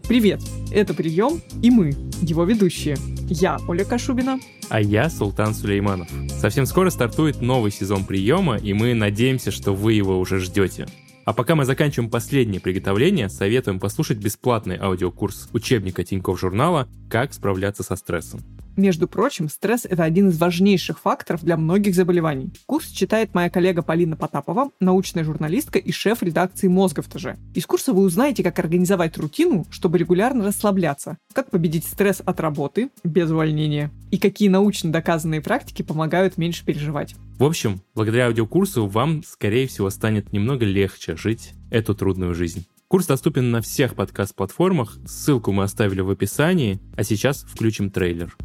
Привет! Это «Прием» и мы, его ведущие. Я Оля Кашубина. А я Султан Сулейманов. Совсем скоро стартует новый сезон «Приема», и мы надеемся, что вы его уже ждете. А пока мы заканчиваем последнее приготовление, советуем послушать бесплатный аудиокурс учебника Тинькофф журнала «Как справляться со стрессом». Между прочим, стресс – это один из важнейших факторов для многих заболеваний. Курс читает моя коллега Полина Потапова, научная журналистка и шеф редакции «Мозга в ТЖ». Из курса вы узнаете, как организовать рутину, чтобы регулярно расслабляться, как победить стресс от работы без увольнения и какие научно доказанные практики помогают меньше переживать. В общем, благодаря аудиокурсу вам, скорее всего, станет немного легче жить эту трудную жизнь. Курс доступен на всех подкаст-платформах, ссылку мы оставили в описании, а сейчас включим трейлер.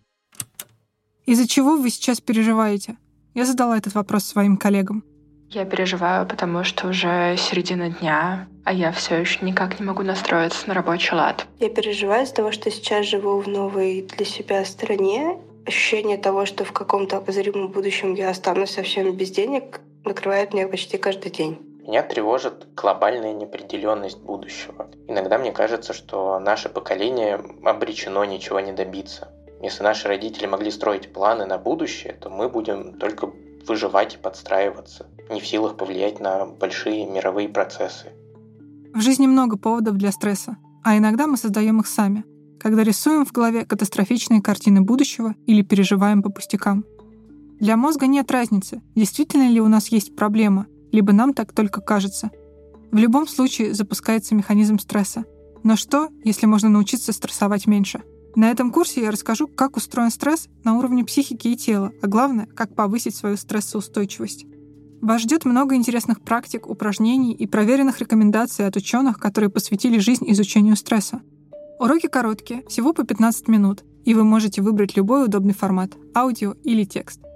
Из-за чего вы сейчас переживаете? Я задала этот вопрос своим коллегам. Я переживаю, потому что уже середина дня, а я все еще никак не могу настроиться на рабочий лад. Я переживаю из-за того, что сейчас живу в новой для себя стране. Ощущение того, что в каком-то обозримом будущем я останусь совсем без денег, накрывает меня почти каждый день. Меня тревожит глобальная неопределенность будущего. Иногда мне кажется, что наше поколение обречено ничего не добиться. Если наши родители могли строить планы на будущее, то мы будем только выживать и подстраиваться, не в силах повлиять на большие мировые процессы. В жизни много поводов для стресса, а иногда мы создаем их сами, когда рисуем в голове катастрофичные картины будущего или переживаем по пустякам. Для мозга нет разницы, действительно ли у нас есть проблема, либо нам так только кажется. В любом случае запускается механизм стресса. Но что, если можно научиться стрессовать меньше? На этом курсе я расскажу, как устроен стресс на уровне психики и тела, а главное, как повысить свою стрессоустойчивость. Вас ждет много интересных практик, упражнений и проверенных рекомендаций от ученых, которые посвятили жизнь изучению стресса. Уроки короткие, всего по 15 минут, и вы можете выбрать любой удобный формат — аудио или текст.